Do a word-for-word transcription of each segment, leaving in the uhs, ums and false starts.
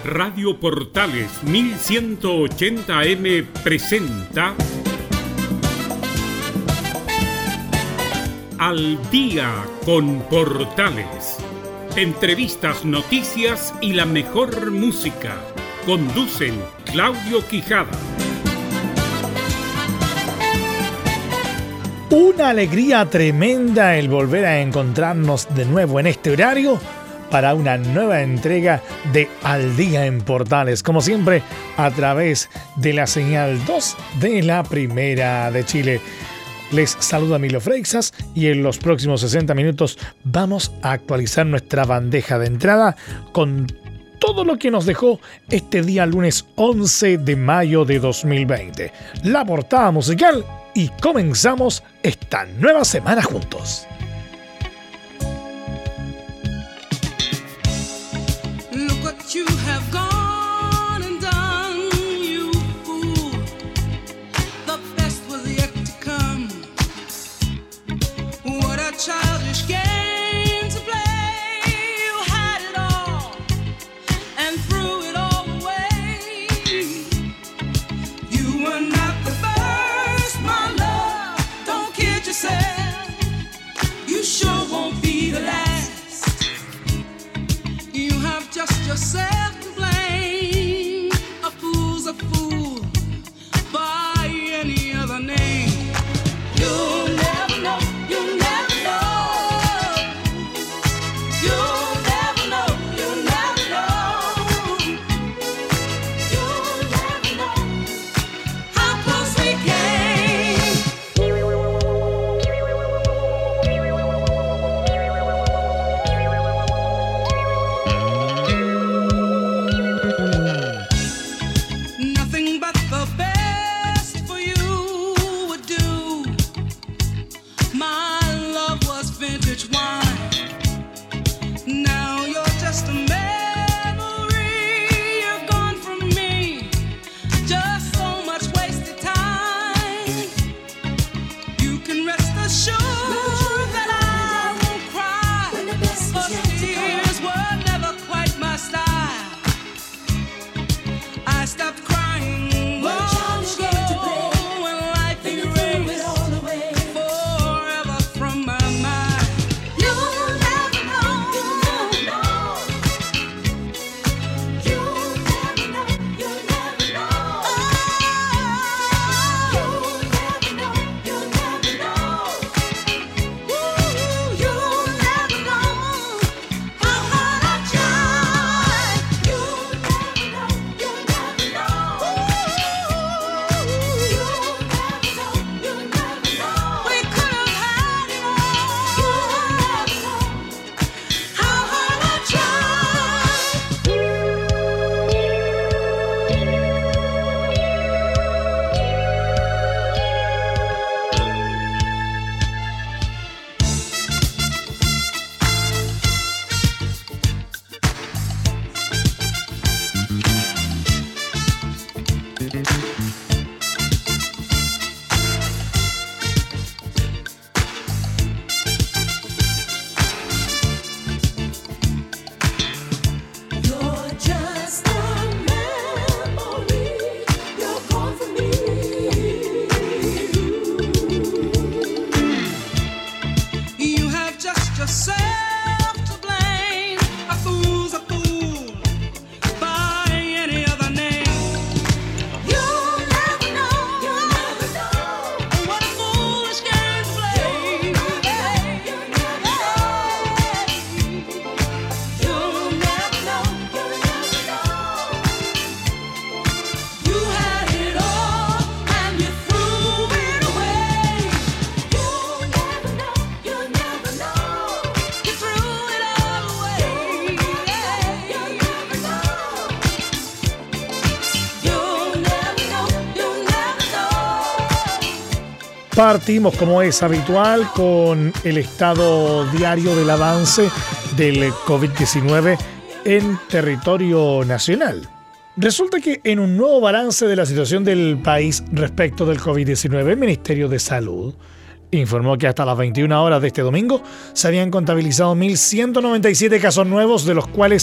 Radio Portales mil ciento ochenta A M presenta Al Día con Portales. Entrevistas, noticias y la mejor música. Conducen Claudio Quijada. Una alegría tremenda el volver a encontrarnos de nuevo en este horario para una nueva entrega de Al Día en Portales, como siempre a través de la señal dos de la Primera de Chile. Les saluda Emilio Freixas y en los próximos sesenta minutos vamos a actualizar nuestra bandeja de entrada con todo lo que nos dejó este día lunes once de mayo de dos mil veinte. La portada musical y comenzamos esta nueva semana juntos. Look what you have gone and done, you fool. The best was yet to come. What a childish game to play. You had it all and threw it all away. You were not the first, my love. Don't kid yourself. You sure won't be the last. You have just yourself to blame. A fool's a fool by any other name. You'll never know, you'll never know. You'll never know, you'll never know. You'll never know how close we came. Nothing but the best for you would do. My love was vintage wine. Now you're just a memory. You're gone from me. Just so much wasted time. You can rest assured that I won't cry. For tears were never quite my style. I stopped crying long ago when life erased forever from my mind. You'll never know, you'll never know. You'll never know, you'll never know. You'll never know, you'll never know. Ooh, you'll never know how hard I tried. You'll never know, you'll never know. Ooh, you'll never know, you'll never know. We could have had it all. You'll never know how hard I tried. You're just a memory. You're gone from me. You have just yourself to blame. A fool's a fool by any other name. You'll never know, you'll never know what a foolish game to play. You'll never know. You'll never know, you'll never know. You had it all and you threw it away. You'll never know, you'll never know. You threw it all away. You'll never know. You'll never know, you'll never know. Partimos, como es habitual, con el estado diario del avance del COVID diecinueve en territorio nacional. Resulta que en un nuevo balance de la situación del país respecto del COVID diecinueve, el Ministerio de Salud informó que hasta las veintiuna horas de este domingo se habían contabilizado mil ciento noventa y siete casos nuevos, de los cuales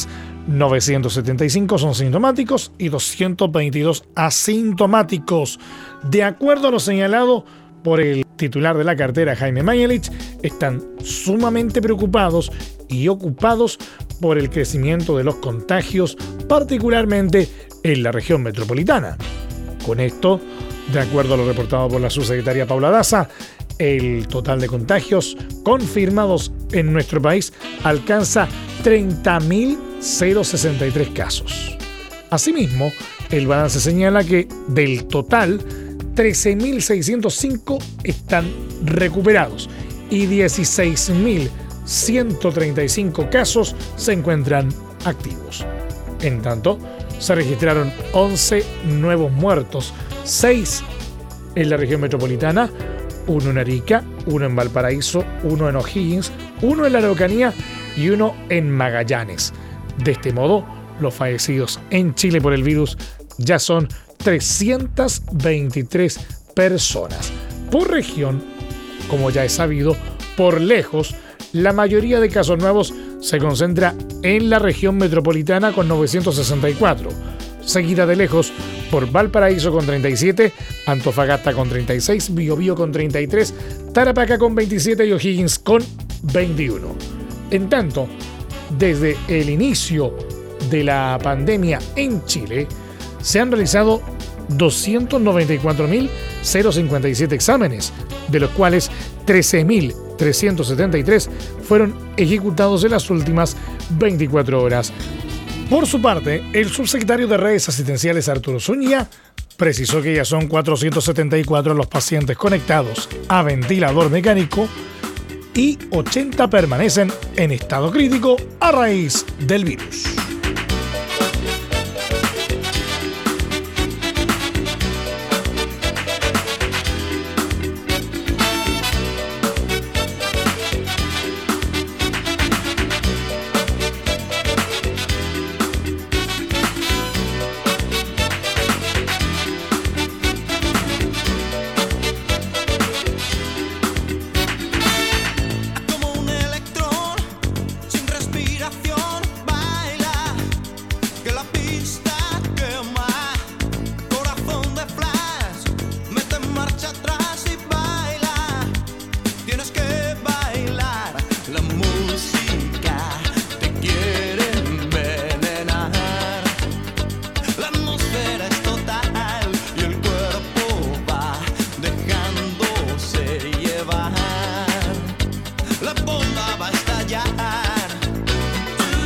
novecientos setenta y cinco son sintomáticos y doscientos veintidós asintomáticos. De acuerdo a lo señalado por el titular de la cartera, Jaime Mañalich, están sumamente preocupados y ocupados por el crecimiento de los contagios, particularmente en la región metropolitana. Con esto, de acuerdo a lo reportado por la subsecretaria Paula Daza, el total de contagios confirmados en nuestro país alcanza treinta mil sesenta y tres casos. Asimismo, el balance señala que del total, trece mil seiscientos cinco están recuperados y dieciséis mil ciento treinta y cinco casos se encuentran activos. En tanto, se registraron once nuevos muertos, seis en la región metropolitana, uno en Arica, uno en Valparaíso, uno en O'Higgins, uno en la Araucanía y uno en Magallanes. De este modo, los fallecidos en Chile por el virus ya son trescientas veintitrés personas. Por región, como ya es sabido, por lejos, la mayoría de casos nuevos se concentra en la región metropolitana con novecientos sesenta y cuatro, seguida de lejos por Valparaíso con treinta y siete, Antofagasta con treinta y seis, Biobío con treinta y tres, Tarapacá con veintisiete y O'Higgins con veintiuno. En tanto, desde el inicio de la pandemia en Chile, se han realizado doscientos noventa y cuatro mil cincuenta y siete exámenes, de los cuales trece mil trescientos setenta y tres fueron ejecutados en las últimas veinticuatro horas. Por su parte, el subsecretario de Redes Asistenciales Arturo Zúñiga precisó que ya son cuatrocientos setenta y cuatro los pacientes conectados a ventilador mecánico y ochenta permanecen en estado crítico a raíz del virus. La bomba va a estallar.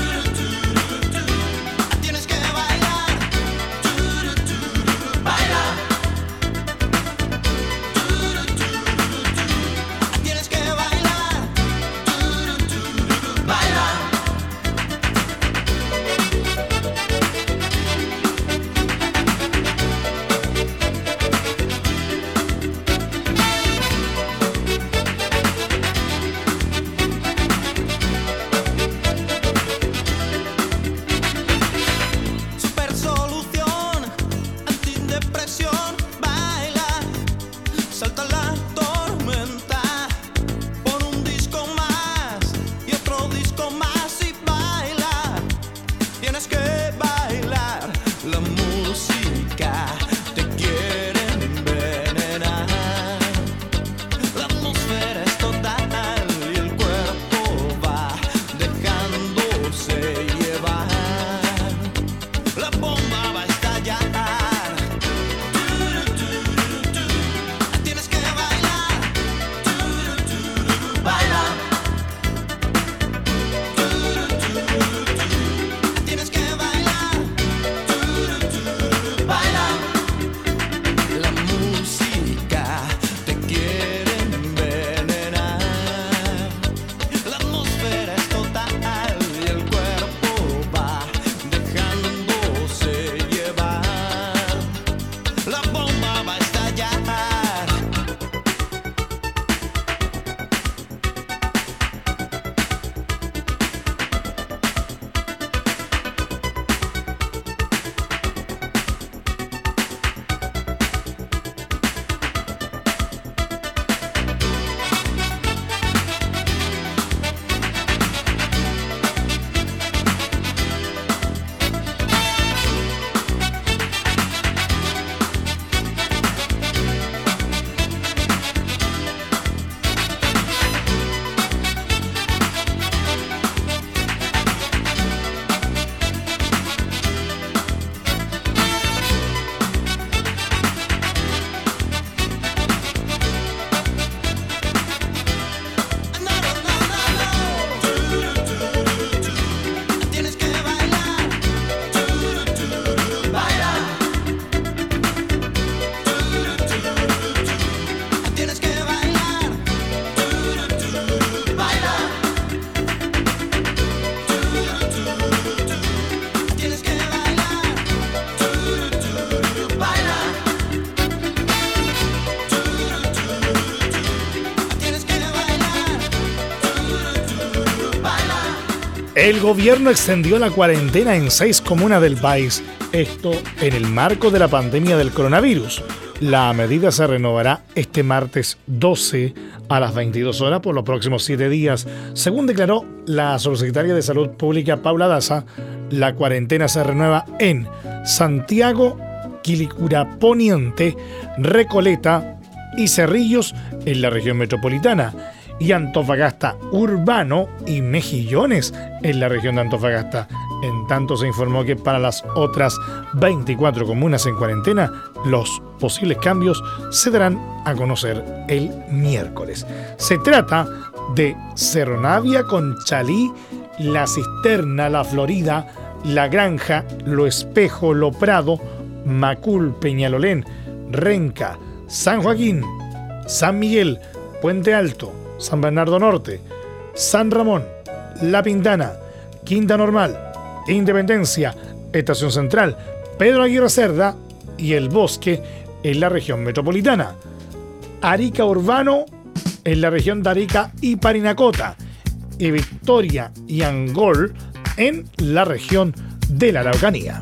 El gobierno extendió la cuarentena en seis comunas del país, esto en el marco de la pandemia del coronavirus. La medida se renovará este martes doce a las veintidós horas por los próximos siete días. Según declaró la subsecretaria de Salud Pública, Paula Daza, la cuarentena se renueva en Santiago, Quilicura Poniente, Recoleta y Cerrillos en la región metropolitana, y Antofagasta Urbano y Mejillones en la región de Antofagasta. En tanto, se informó que para las otras veinticuatro comunas en cuarentena, los posibles cambios se darán a conocer el miércoles. Se trata de Cerro Navia, Conchalí, La Cisterna, La Florida, La Granja, Lo Espejo, Lo Prado, Macul, Peñalolén, Renca, San Joaquín, San Miguel, Puente Alto, San Bernardo Norte, San Ramón, La Pintana, Quinta Normal, Independencia, Estación Central, Pedro Aguirre Cerda y El Bosque en la región metropolitana, Arica Urbano en la región de Arica y Parinacota, y Victoria y Angol en la región de la Araucanía.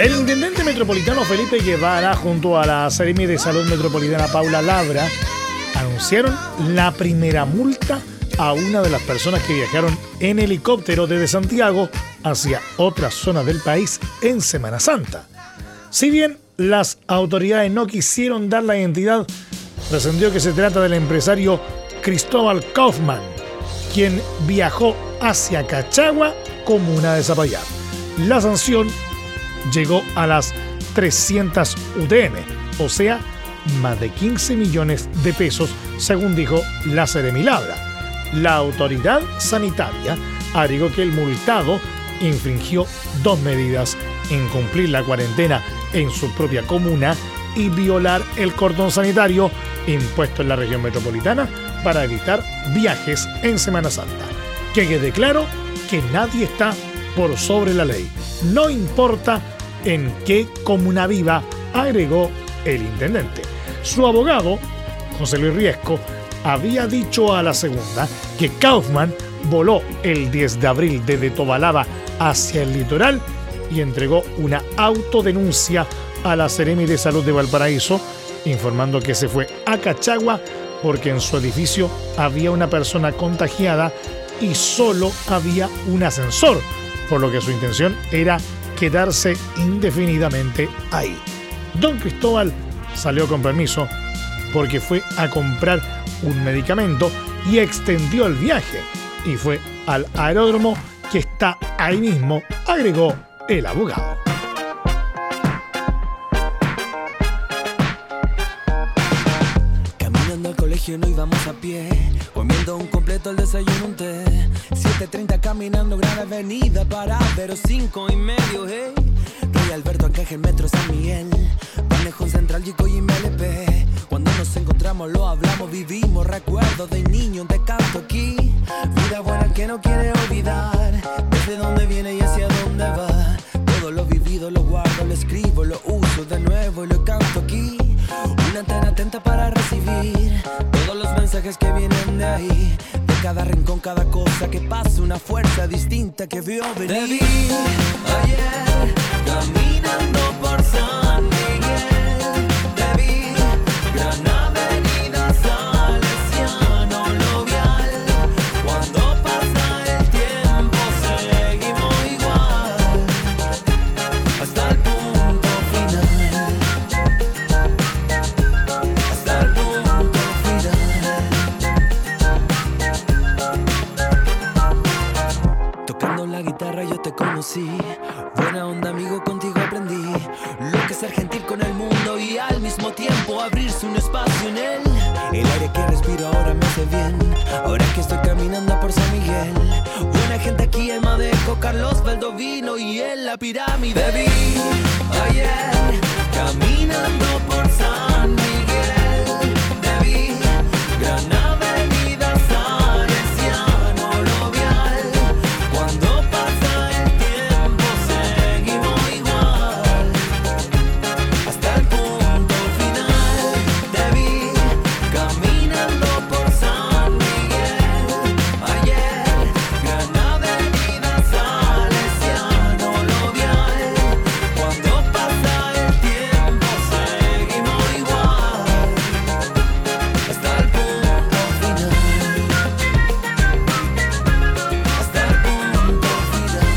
El intendente metropolitano Felipe Guevara, junto a la Seremi de Salud Metropolitana Paula Labra, anunciaron la primera multa a una de las personas que viajaron en helicóptero desde Santiago hacia otras zonas del país en Semana Santa. Si bien las autoridades no quisieron dar la identidad, trascendió que se trata del empresario Cristóbal Kaufman, quien viajó hacia Cachagua, comuna de Zapallar. La sanción llegó a las trescientas U T M, o sea, más de quince millones de pesos, según dijo la Seremi Labra. La autoridad sanitaria agregó que el multado infringió dos medidas: incumplir la cuarentena en su propia comuna y violar el cordón sanitario impuesto en la región metropolitana para evitar viajes en Semana Santa. Que quede claro que nadie está por sobre la ley, no importa en qué comuna viva, agregó el intendente. Su abogado, José Luis Riesco, había dicho a La Segunda que Kaufman voló el diez de abril desde Tobalaba hacia el litoral y entregó una autodenuncia a la Seremi de Salud de Valparaíso, informando que se fue a Cachagua porque en su edificio había una persona contagiada y solo había un ascensor, por lo que su intención era quedarse indefinidamente ahí. Don Cristóbal salió con permiso porque fue a comprar un medicamento y extendió el viaje y fue al aeródromo que está ahí mismo, agregó el abogado. Caminando al colegio no íbamos a pie, comiendo un completo, el desayuno, un té. siete treinta caminando Gran Avenida para Vero, cinco y medio, hey. Rey Alberto, Arcángel, Metro, San Miguel, Manejo Central, Chico y M L P. Cuando nos encontramos lo hablamos, vivimos recuerdos de niño, te canto aquí. Vida buena que no quiere olvidar, desde dónde viene y hacia dónde va. Todo lo vivido lo guardo, lo escribo, lo uso de nuevo y lo canto aquí. Una antena atenta para recibir todos los mensajes que vienen de ahí. De cada rincón, cada cosa que pasa, una fuerza distinta que vio venir. Te vi ayer caminando por San Miguel, te vi Gran Avenida Salesiano, lo vial. Cuando pasa el tiempo seguimos igual, hasta el punto final, hasta el punto final. Tocando la guitarra yo te conocí, buena onda amigo, contigo aprendí lo que es ser gentil con el mundo y al mismo tiempo abrirse un espacio en él. El aire que respiro ahora me hace bien, ahora que estoy caminando por San Miguel. Buena gente aquí en Madeco, Carlos Valdovino y en la pirámide. Te vi ayer caminando por San Miguel, te vi Gran Avenida Salesiano, lo vial. Cuando pasa el tiempo seguimos igual, hasta el punto final. Te vi caminando por San Miguel ayer, Gran Avenida Salesiano, lo vial. Cuando pasa el tiempo seguimos igual, hasta el punto final, hasta el punto final.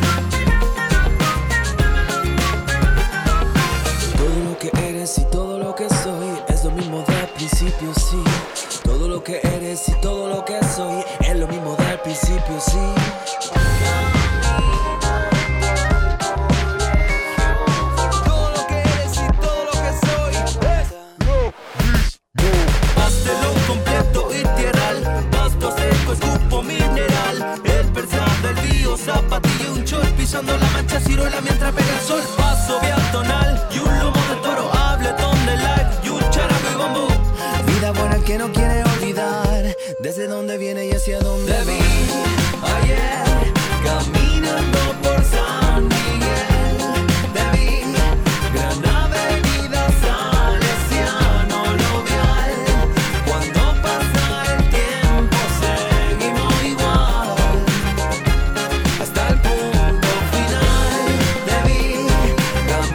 Todo lo que eres y todo lo que soy es lo mismo del principio, sí. Todo lo que eres y todo lo que soy es lo mismo del principio, sí. Todo lo que eres y todo lo que soy es Hazlo completo y tierral, pasto seco, escupo mineral. El persal del río, zapatillo, un short, pisando la mancha ciruela mientras pega el sol. Paso peatonal y un lomo de toro, habletón de live y un charango y bambú. Vida buena que no quiere olvidar, desde dónde viene y hacia dónde va. Te vi ayer caminando por San Miguel, te vi Gran Avenida Salesiano, lo vial. Cuando pasa el tiempo seguimos igual, hasta el punto final. Te vi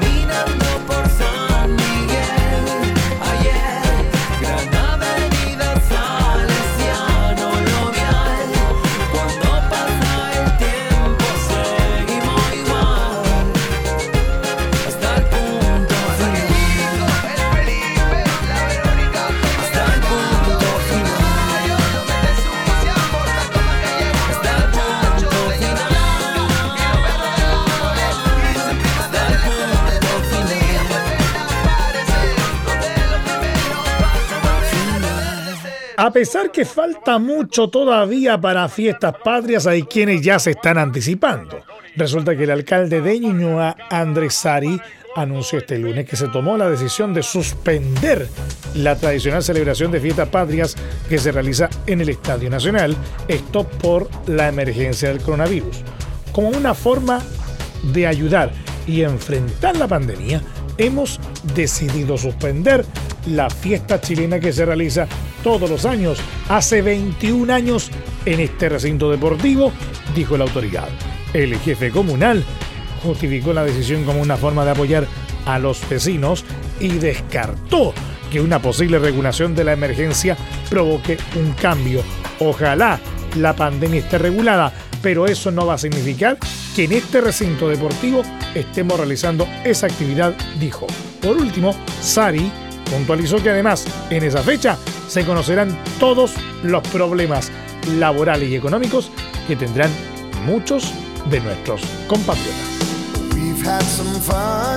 A pesar que falta mucho todavía para fiestas patrias, hay quienes ya se están anticipando. Resulta que el alcalde de Ñuñoa, Andrés Sari, anunció este lunes que se tomó la decisión de suspender la tradicional celebración de fiestas patrias que se realiza en el Estadio Nacional, esto por la emergencia del coronavirus. Como una forma de ayudar y enfrentar la pandemia, hemos decidido suspender la fiesta chilena que se realiza todos los años, hace veintiún años, en este recinto deportivo, dijo la autoridad. El jefe comunal justificó la decisión como una forma de apoyar a los vecinos y descartó que una posible regulación de la emergencia provoque un cambio. Ojalá la pandemia esté regulada, pero eso no va a significar que en este recinto deportivo estemos realizando esa actividad, dijo. Por último, Sari puntualizó que además en esa fecha se conocerán todos los problemas laborales y económicos que tendrán muchos de nuestros compatriotas. We've had some fun.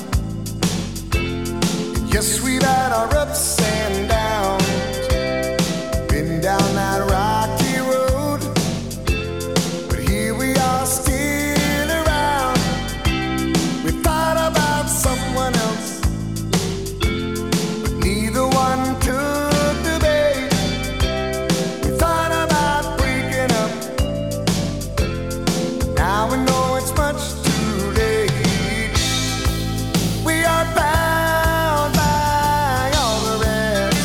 Yes, we've had our ups and downs. Been down that rocky road, but here we are still around. We thought about someone else, but neither one took the bait. We thought about breaking up. Now we know it's much too late. We are bound by all the rest,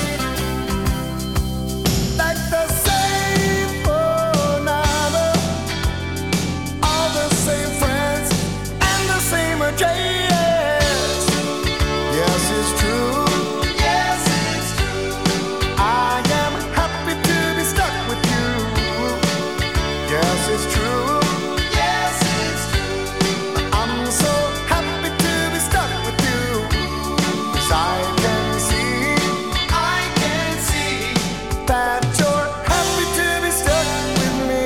like the same phone number, all the same friends, and the same address. Yes, it's true. Yes, it's true. I am happy to be stuck with you. Yes, it's true. Yes, it's true. I'm so happy to be stuck with you. 'Cause I can see, I can see that you're happy to be stuck with me.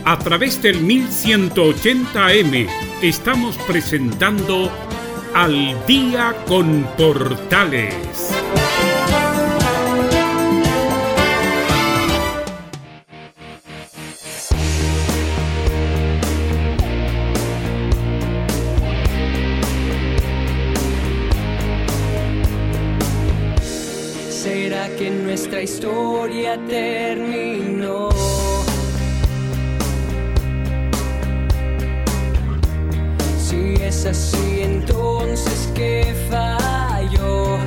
A través del mil ciento ochenta eme estamos presentando Al Día con Portales. ¿Será que nuestra historia terminó? Si es así, entonces ¿qué falló?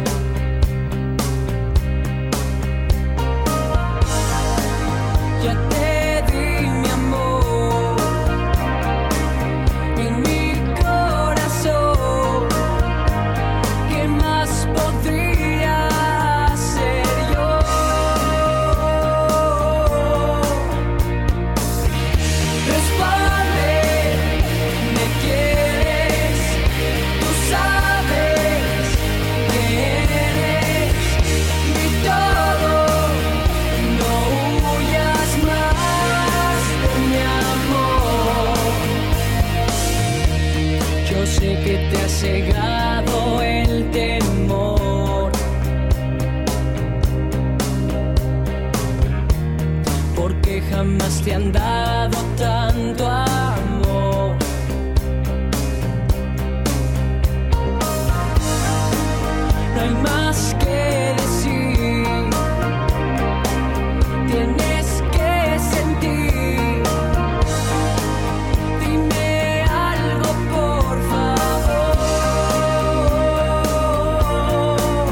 Ya te di mi amor y mi corazón. ¿Qué más podría hacer yo? Responde, ¿me quieres? Tú sabes que eres mi todo. No huyas más de mi amor. Yo sé que te ha cegado el temor, porque jamás te han dado tanto amor. No hay más que decir, tienes que sentir. Dime algo, por favor.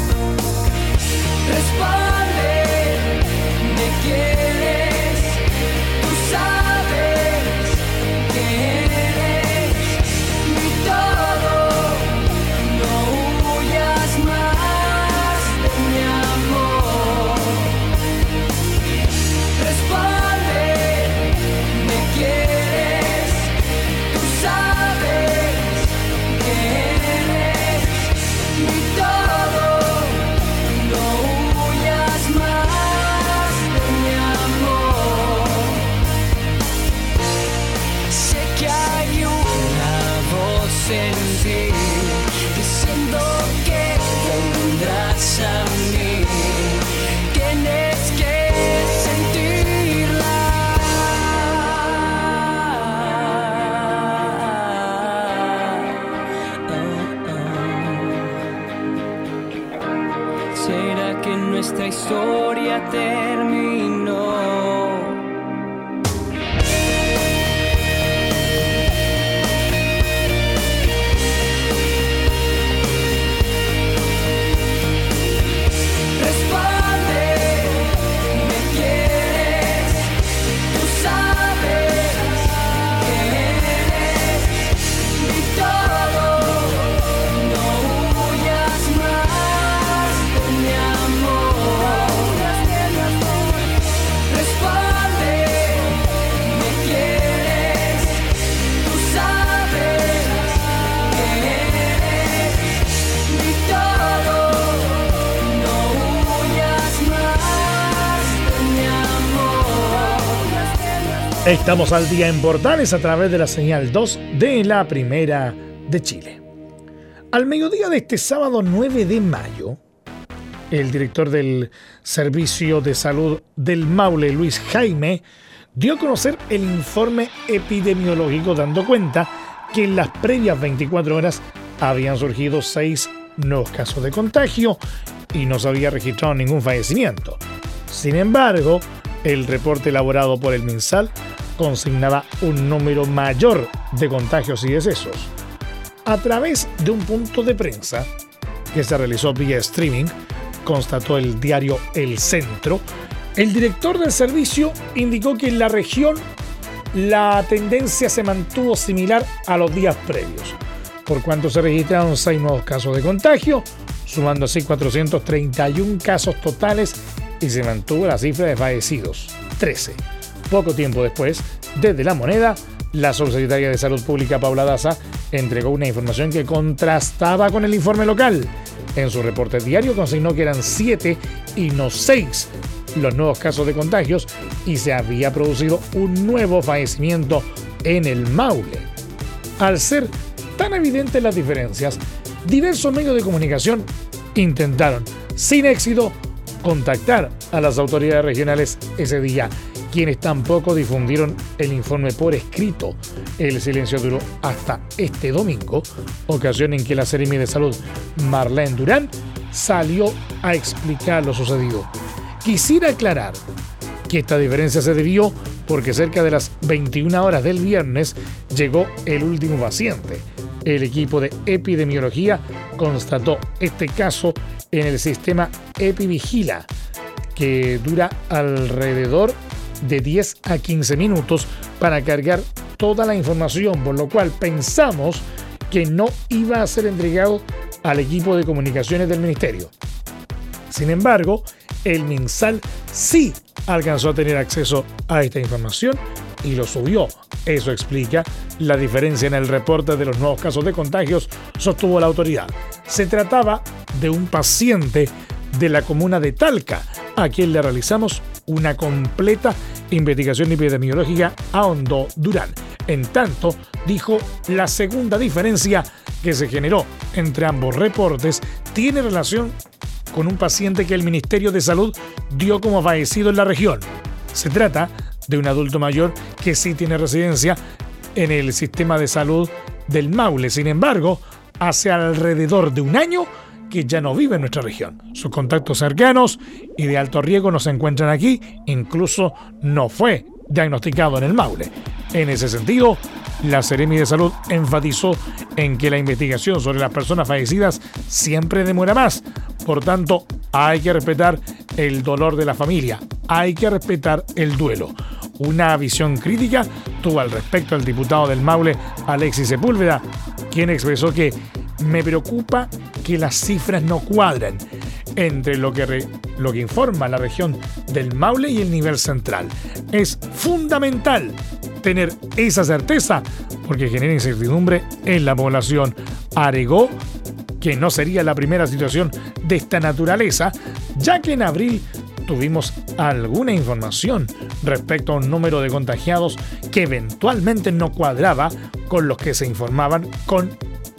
Responde, ¿me quieres? Tú sabes que eres mi todo. No huyas más de mi amor. Responde, ¿me quieres? Tú sabes que eres mi todo. No huyas más de mi amor. Sé que hay una voz en ti diciendo que vendrás a mí. Tienes que sentirla. Oh, oh. ¿Será que nuestra historia terminó? Responde, ¿me quieres? Tú sabes que eres mi todo. No huyas más de mi amor. Responde, ¿me quieres? Tú sabes que eres mi todo. No huyas más de mi amor. Estamos al día en Portales a través de la señal dos de la Primera de Chile. Al mediodía de este sábado nueve de mayo, el director del Servicio de Salud del Maule, Luis Jaime, dio a conocer el informe epidemiológico, dando cuenta que en las previas veinticuatro horas habían surgido seis nuevos casos de contagio y no se había registrado ningún fallecimiento. Sin embargo, el reporte elaborado por el MinSal consignaba un número mayor de contagios y decesos. A través de un punto de prensa que se realizó vía streaming, constató el diario El Centro, el director del servicio indicó que en la región la tendencia se mantuvo similar a los días previos, por cuanto se registraron seis nuevos casos de contagio, sumando así cuatrocientos treinta y uno casos totales, y se mantuvo la cifra de fallecidos, trece. Poco tiempo después, desde La Moneda, la subsecretaria de Salud Pública, Paula Daza, entregó una información que contrastaba con el informe local. En su reporte diario consignó que eran siete y no seis los nuevos casos de contagios y se había producido un nuevo fallecimiento en el Maule. Al ser tan evidentes las diferencias, diversos medios de comunicación intentaron, sin éxito, contactar a las autoridades regionales ese día, quienes tampoco difundieron el informe por escrito. El silencio duró hasta este domingo, ocasión en que la Seremi de Salud, Marlene Durán, salió a explicar lo sucedido. Quisiera aclarar que esta diferencia se debió porque cerca de las veintiuna horas del viernes llegó el último paciente. El equipo de epidemiología constató este caso en el sistema EpiVigila, que dura alrededor de diez a quince minutos para cargar toda la información, por lo cual pensamos que no iba a ser entregado al equipo de comunicaciones del ministerio. Sin embargo, el MinSal sí alcanzó a tener acceso a esta información y lo subió. Eso explica la diferencia en el reporte de los nuevos casos de contagios, sostuvo la autoridad. Se trataba de un paciente de la comuna de Talca, a quien le realizamos una completa investigación epidemiológica, ahondó Durán. En tanto, dijo, la segunda diferencia que se generó entre ambos reportes tiene relación con un paciente que el Ministerio de Salud dio como fallecido en la región. Se trata de un adulto mayor que sí tiene residencia en el sistema de salud del Maule. Sin embargo, hace alrededor de un año que ya no vive en nuestra región. Sus contactos cercanos y de alto riesgo no se encuentran aquí, incluso no fue diagnosticado en el Maule. En ese sentido, la Seremi de Salud enfatizó en que la investigación sobre las personas fallecidas siempre demora más. Por tanto, hay que respetar el dolor de la familia, hay que respetar el duelo. Una visión crítica tuvo al respecto el diputado del Maule, Alexis Sepúlveda, quien expresó que me preocupa que las cifras no cuadran entre lo que, re, lo que informa la región del Maule y el nivel central. Es fundamental tener esa certeza porque genera incertidumbre en la población. Agregó que no sería la primera situación de esta naturaleza, ya que en abril tuvimos alguna información respecto a un número de contagiados que eventualmente no cuadraba con los que se informaban con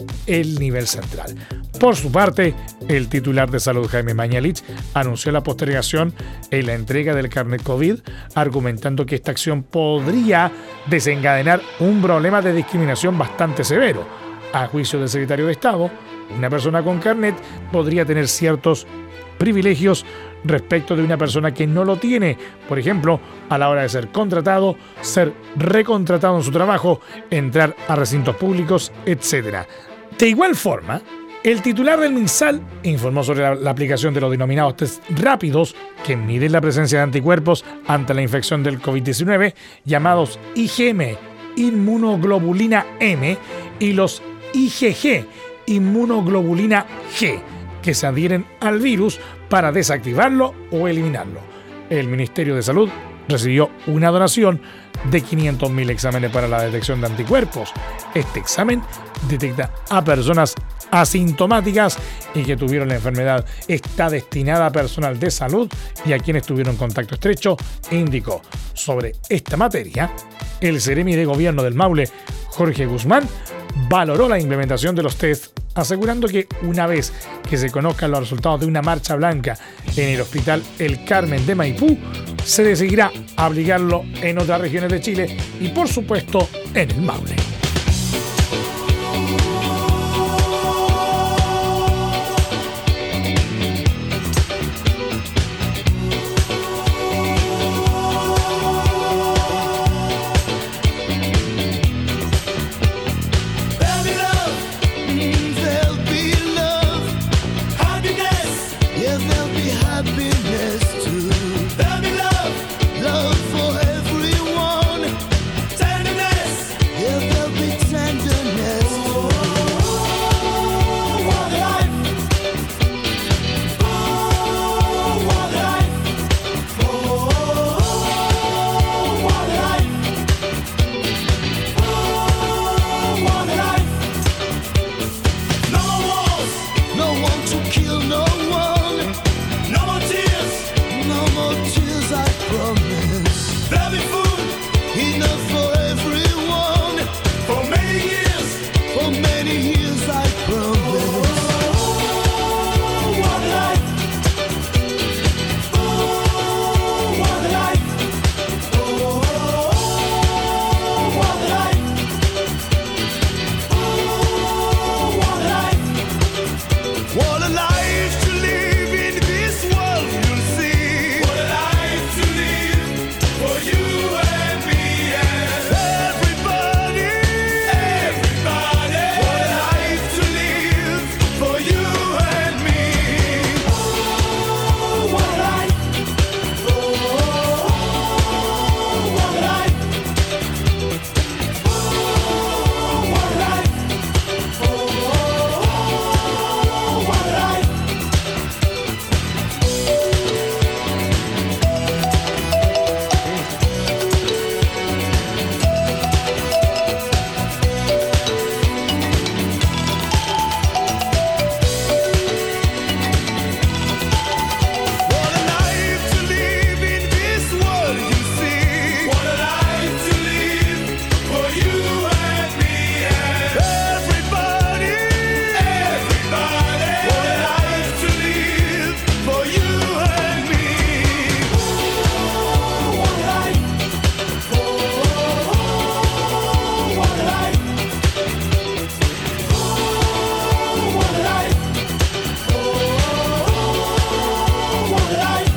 el nivel central. Por su parte, el titular de Salud, Jaime Mañalich, anunció la postergación en la entrega del carnet COVID, argumentando que esta acción podría desencadenar un problema de discriminación bastante severo. A juicio del secretario de Estado, una persona con carnet podría tener ciertos privilegios respecto de una persona que no lo tiene, por ejemplo, a la hora de ser contratado, ser recontratado en su trabajo, entrar a recintos públicos, etcétera. De igual forma, el titular del MinSal informó sobre la, la aplicación de los denominados test rápidos que miden la presencia de anticuerpos ante la infección del COVID diecinueve, llamados I G M, inmunoglobulina M, y los I G G, inmunoglobulina G, que se adhieren al virus para desactivarlo o eliminarlo. El Ministerio de Salud recibió una donación de quinientos mil exámenes para la detección de anticuerpos. Este examen detecta a personas asintomáticas y que tuvieron la enfermedad. Está destinada a personal de salud y a quienes tuvieron contacto estrecho, e indicó. Sobre esta materia, el Seremi de Gobierno del Maule, Jorge Guzmán, valoró la implementación de los test, asegurando que una vez que se conozcan los resultados de una marcha blanca en el Hospital El Carmen de Maipú, se decidirá aplicarlo en otras regiones de Chile y, por supuesto, en el Maule. Love for everyone, tenderness, yeah, years I promise there'll be food enough for everyone. For many years, for many years I promise. Oh, what a life. Oh, what a life. Oh, what a life. Oh, what a life. What a life to live in this world, you'll see. What a life to live for you and me and everybody. Everybody. What a life to live for you and me. Oh, what a life. Oh, what a life. Oh, what a life. Oh, what a life. What a life to live in this world, you see. What a life to live for you and me and everybody. Everybody. What a life to live for you and me. Oh, what a life. Oh, what a life. Oh, what a life. Oh, what a life.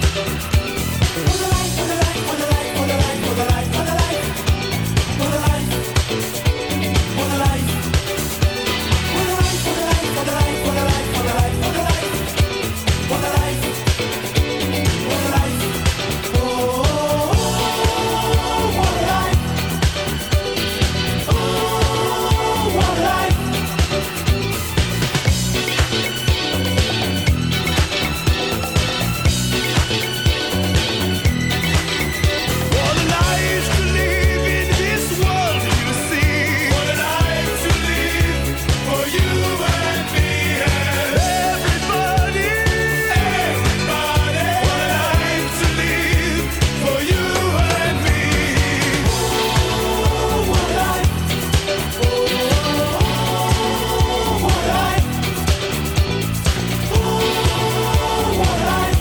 What a life to live in this world, you see. What a life to live for you and me and everybody. Everybody. What a life to live for you and me. Oh, what a life. Oh, what a life. Oh, what a life.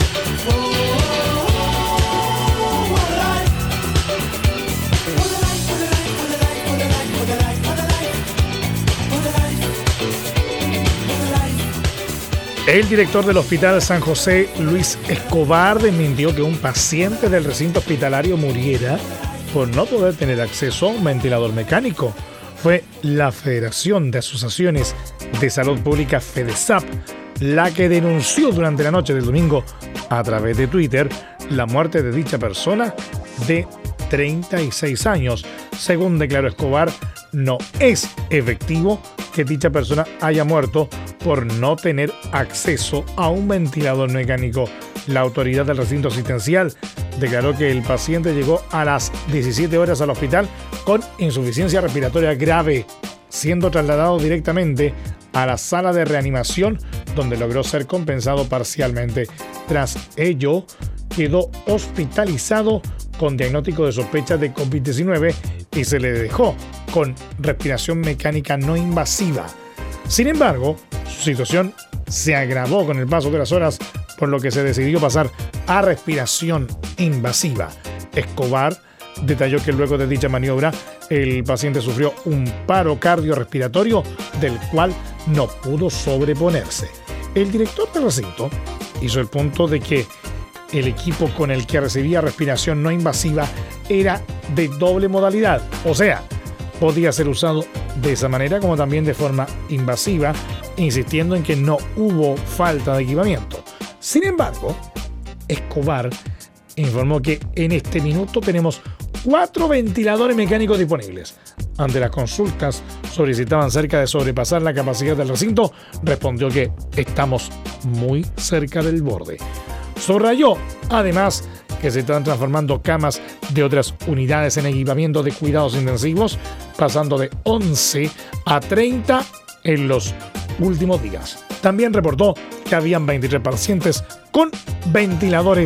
El director del Hospital San José, Luis Escobar, desmintió que un paciente del recinto hospitalario muriera por no poder tener acceso a un ventilador mecánico. Fue la Federación de Asociaciones de Salud Pública, FEDESAP, la que denunció durante la noche del domingo a través de Twitter la muerte de dicha persona de treinta y seis años. Según declaró Escobar, no es efectivo que dicha persona haya muerto por no tener acceso a un ventilador mecánico. La autoridad del recinto asistencial declaró que el paciente llegó a las diecisiete horas al hospital con insuficiencia respiratoria grave, siendo trasladado directamente a la sala de reanimación, donde logró ser compensado parcialmente. Tras ello, quedó hospitalizado con diagnóstico de sospecha de COVID diecinueve y se le dejó con respiración mecánica no invasiva. Sin embargo, su situación se agravó con el paso de las horas, por lo que se decidió pasar a respiración invasiva. Escobar detalló que luego de dicha maniobra, el paciente sufrió un paro cardiorrespiratorio del cual no pudo sobreponerse. El director del recinto hizo el punto de que el equipo con el que recibía respiración no invasiva era de doble modalidad, o sea, podía ser usado de esa manera como también de forma invasiva, insistiendo en que no hubo falta de equipamiento. Sin embargo, Escobar informó que en este minuto tenemos cuatro ventiladores mecánicos disponibles. Ante las consultas solicitaban cerca de sobrepasar la capacidad del recinto, respondió que estamos muy cerca del borde. Subrayó, además, que se están transformando camas de otras unidades en equipamiento de cuidados intensivos, pasando de once a treinta en los últimos días. También reportó que habían veintitrés pacientes con ventiladores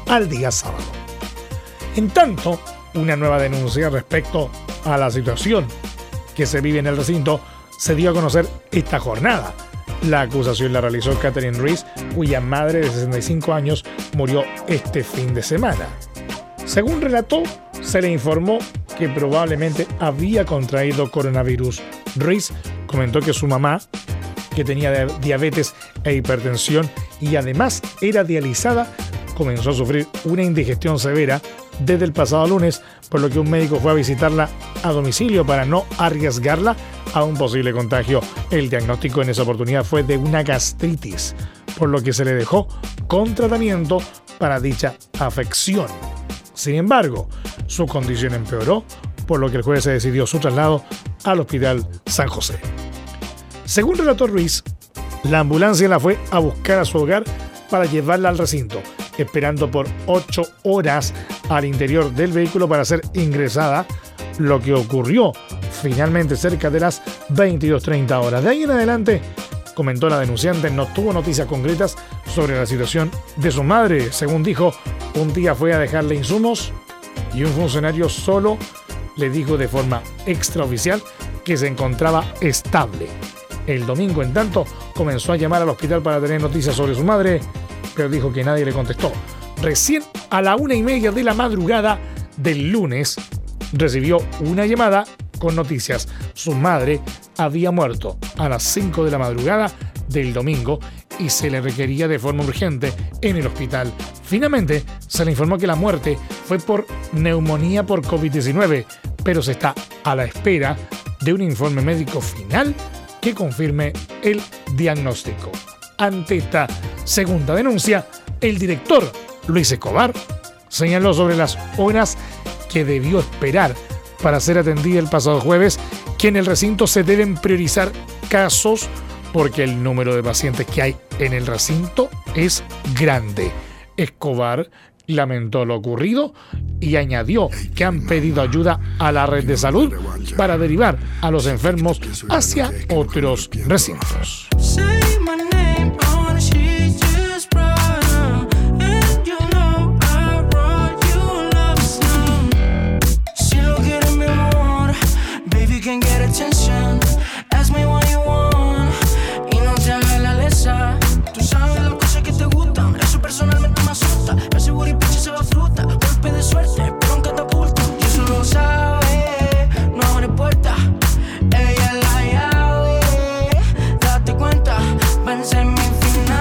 al día sábado. En tanto, una nueva denuncia respecto a la situación que se vive en el recinto se dio a conocer esta jornada. La acusación la realizó Catherine Reese, cuya madre de sesenta y cinco años murió este fin de semana. Según relató, se le informó que probablemente había contraído coronavirus. Reese comentó que su mamá, que tenía diabetes e hipertensión y además era dializada, comenzó a sufrir una indigestión severa desde el pasado lunes, por lo que un médico fue a visitarla a domicilio para no arriesgarla a un posible contagio. El diagnóstico en esa oportunidad fue de una gastritis, por lo que se le dejó con tratamiento para dicha afección. Sin embargo, su condición empeoró, por lo que el jueves se decidió su traslado al Hospital San José. Según relató Ruiz, la ambulancia la fue a buscar a su hogar para llevarla al recinto, esperando por ocho horas al interior del vehículo para ser ingresada, lo que ocurrió finalmente cerca de las veintidós treinta horas. De ahí en adelante, comentó la denunciante, no tuvo noticias concretas sobre la situación de su madre. Según dijo, un día fue a dejarle insumos y un funcionario solo le dijo de forma extraoficial que se encontraba estable. El domingo, en tanto, comenzó a llamar al hospital para tener noticias sobre su madre, pero dijo que nadie le contestó. Recién a la una y media de la madrugada del lunes recibió una llamada con noticias. Su madre había muerto a las cinco de la madrugada del domingo y se le requería de forma urgente en el hospital. Finalmente, se le informó que la muerte fue por neumonía por COVID diecinueve, pero se está a la espera de un informe médico final que confirme el diagnóstico. Ante esta segunda denuncia, el director Luis Escobar señaló sobre las horas que debió esperar para ser atendida el pasado jueves que en el recinto se deben priorizar casos porque el número de pacientes que hay en el recinto es grande. Escobar lamentó lo ocurrido y añadió que han pedido ayuda a la red de salud para derivar a los enfermos hacia otros recintos. Say my name on a sheet just brought up, and you know I brought you a love song. Si lo quieres mi amor, baby can get attention. Ask me what you want y no te hagas la lesa. Tú sabes las cosas que te gustan, eso personalmente me asusta. Me aseguro y pinche se va fruta, golpe de suerte, pero un catapulta. Y eso lo sabe, no abre puerta. Ella es la llave, date cuenta, vence en mis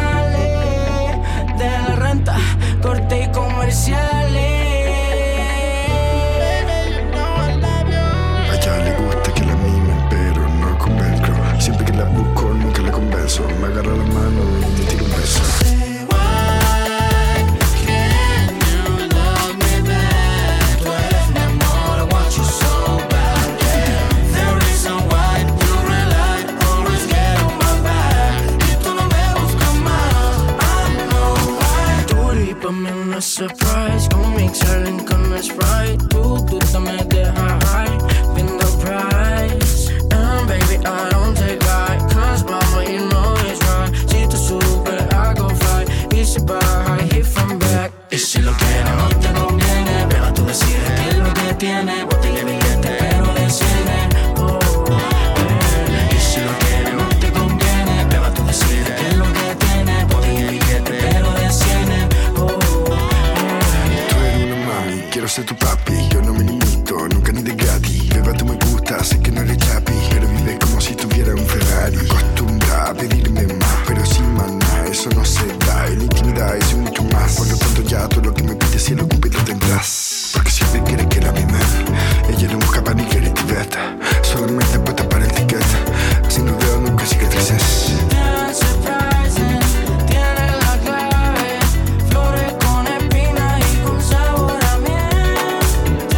finales de la renta, corte y comerciales. A ella le gusta que la mimen, pero no con velcro. Siempre que la busco, nunca la convenzo. Me agarra la mano y me tira un beso. Surprise, como mixarling con el Sprite. Tú, tú te me dejas high, pin the price. And baby, I don't take right, cause mama, you know it's right. Si te sube, I go fly. Y si baja, hit from back. Y si lo quiere, no te conviene. Pero tú decides qué es lo que tiene. Botella billete, pero de cine. Oh, eh. Y si lo quiere, no te conviene. Pero tú decides qué es lo que tiene. Botella billete, pero de cine. Oh. Quiero ser tu papi, yo no me limito, nunca ni de gratis. Beba, tú me gusta, sé que no eres chapi, pero vive como si tuviera un Ferrari. Acostumbra a pedirme más, pero sin maná, eso no se da. En la intimidad es mucho más, por lo tanto ya todo lo que me pides si lo cumples lo tendrás. Porque siempre quiere que la mimen, ella no busca pan ni quiere tibeta, solamente puesta para etiqueta, así no veo nunca cicatrices. Tiene la clave, flores con espinas y con sabor a miel.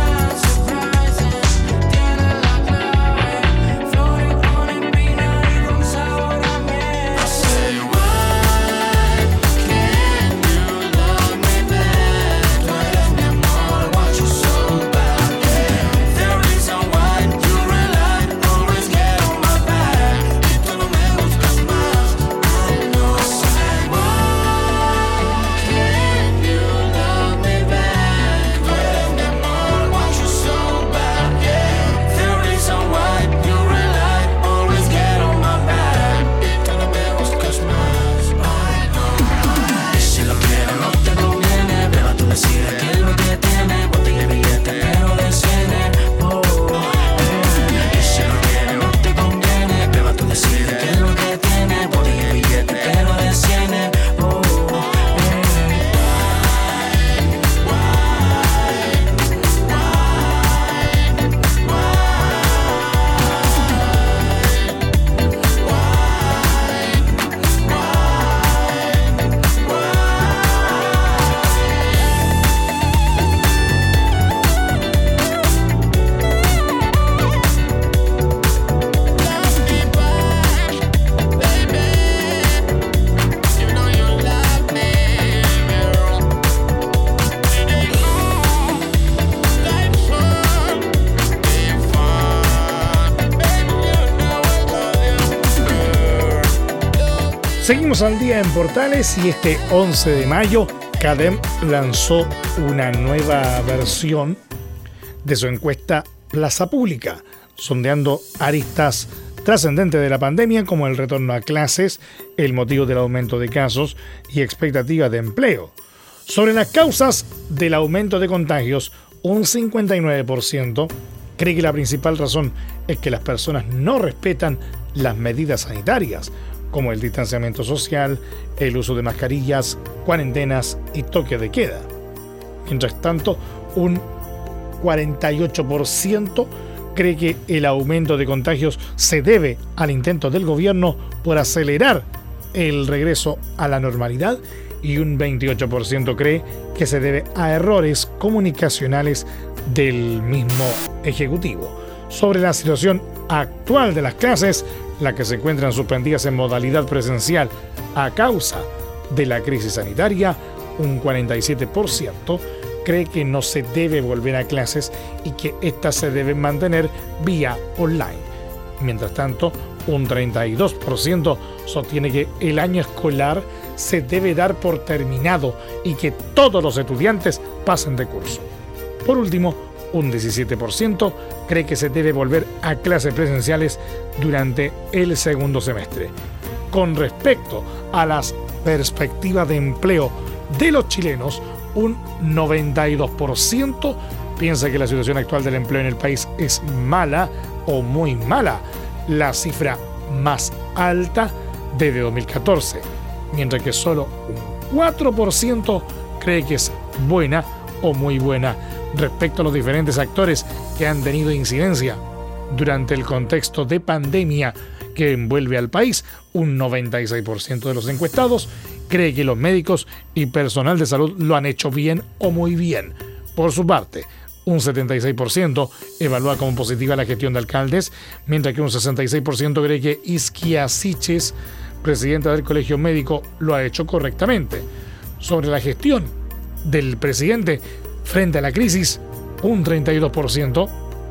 Seguimos al día en Portales y este once de mayo Cadem lanzó una nueva versión de su encuesta Plaza Pública, sondeando aristas trascendentes de la pandemia como el retorno a clases, el motivo del aumento de casos y expectativas de empleo. Sobre las causas del aumento de contagios, un cincuenta y nueve por ciento cree que la principal razón es que las personas no respetan las medidas sanitarias, como el distanciamiento social, el uso de mascarillas, cuarentenas y toque de queda. Mientras tanto, un cuarenta y ocho por ciento cree que el aumento de contagios se debe al intento del gobierno por acelerar el regreso a la normalidad y un veintiocho por ciento cree que se debe a errores comunicacionales del mismo Ejecutivo. Sobre la situación actual de las clases, las que se encuentran suspendidas en modalidad presencial a causa de la crisis sanitaria, un cuarenta y siete por ciento cree que no se debe volver a clases y que éstas se deben mantener vía online. Mientras tanto, un treinta y dos por ciento sostiene que el año escolar se debe dar por terminado y que todos los estudiantes pasen de curso. Por último, un diecisiete por ciento cree que se debe volver a clases presenciales durante el segundo semestre. Con respecto a las perspectivas de empleo de los chilenos, un noventa y dos por ciento piensa que la situación actual del empleo en el país es mala o muy mala, la cifra más alta desde dos mil catorce, mientras que solo un cuatro por ciento cree que es buena o muy buena. Respecto a los diferentes actores que han tenido incidencia durante el contexto de pandemia que envuelve al país, un noventa y seis por ciento de los encuestados cree que los médicos y personal de salud lo han hecho bien o muy bien. Por su parte, un setenta y seis por ciento evalúa como positiva la gestión de alcaldes, mientras que un sesenta y seis por ciento cree que Isquia Siches, presidenta del Colegio Médico, lo ha hecho correctamente. Sobre la gestión del presidente frente a la crisis, un treinta y dos por ciento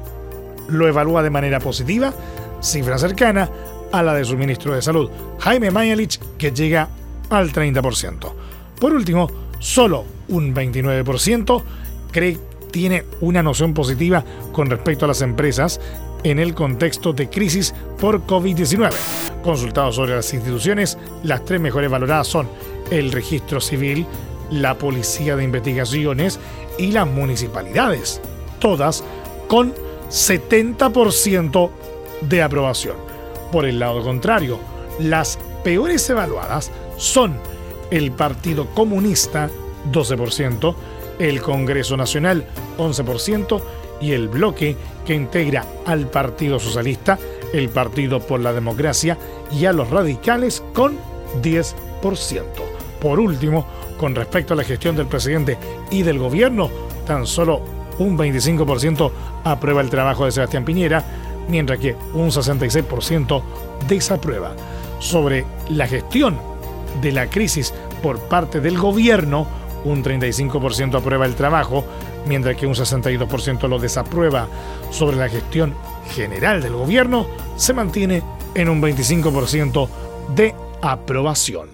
lo evalúa de manera positiva, cifra cercana a la de su ministro de Salud, Jaime Mañalich, que llega al treinta por ciento. Por último, solo un veintinueve por ciento cree que tiene una noción positiva con respecto a las empresas en el contexto de crisis por covid diecinueve. Consultados sobre las instituciones, las tres mejores valoradas son el Registro Civil, la Policía de Investigaciones y las municipalidades, todas con setenta por ciento de aprobación. Por el lado contrario, las peores evaluadas son el Partido Comunista, doce por ciento, el Congreso Nacional, once por ciento, y el bloque que integra al Partido Socialista, el Partido por la Democracia y a los radicales con diez por ciento. Por último, con respecto a la gestión del presidente y del gobierno, tan solo un veinticinco por ciento aprueba el trabajo de Sebastián Piñera, mientras que un sesenta y seis por ciento desaprueba. Sobre la gestión de la crisis por parte del gobierno, un treinta y cinco por ciento aprueba el trabajo, mientras que un sesenta y dos por ciento lo desaprueba. Sobre la gestión general del gobierno, se mantiene en un veinticinco por ciento de aprobación.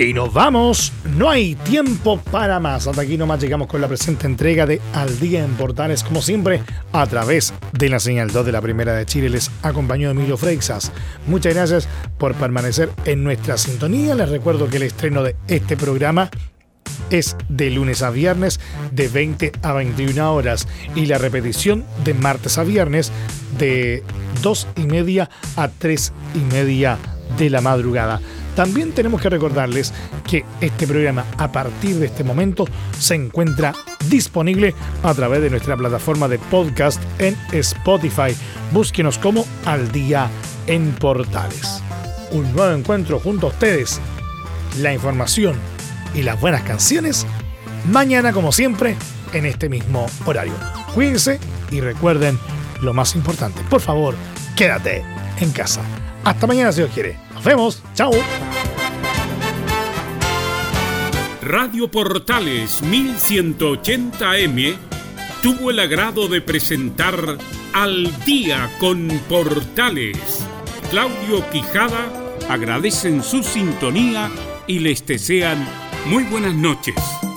Y nos vamos, no hay tiempo para más. Hasta aquí nomás llegamos con la presente entrega de Al Día en Portales. Como siempre, a través de la señal dos de la Primera de Chile, les acompañó Emilio Freixas. Muchas gracias por permanecer en nuestra sintonía. Les recuerdo que el estreno de este programa es de lunes a viernes de veinte a veintiuna horas y la repetición de martes a viernes de dos y media a tres y media de la madrugada. También tenemos que recordarles que este programa a partir de este momento se encuentra disponible a través de nuestra plataforma de podcast en Spotify. Búsquenos como Al Día en Portales. Un nuevo encuentro junto a ustedes, la información y las buenas canciones, mañana como siempre en este mismo horario. Cuídense y recuerden lo más importante, por favor, quédate en casa. Hasta mañana si Dios quiere. Nos vemos. Chao. Radio Portales mil ciento ochenta eme tuvo el agrado de presentar Al Día con Portales. Claudio Quijada agradecen su sintonía y les desean muy buenas noches.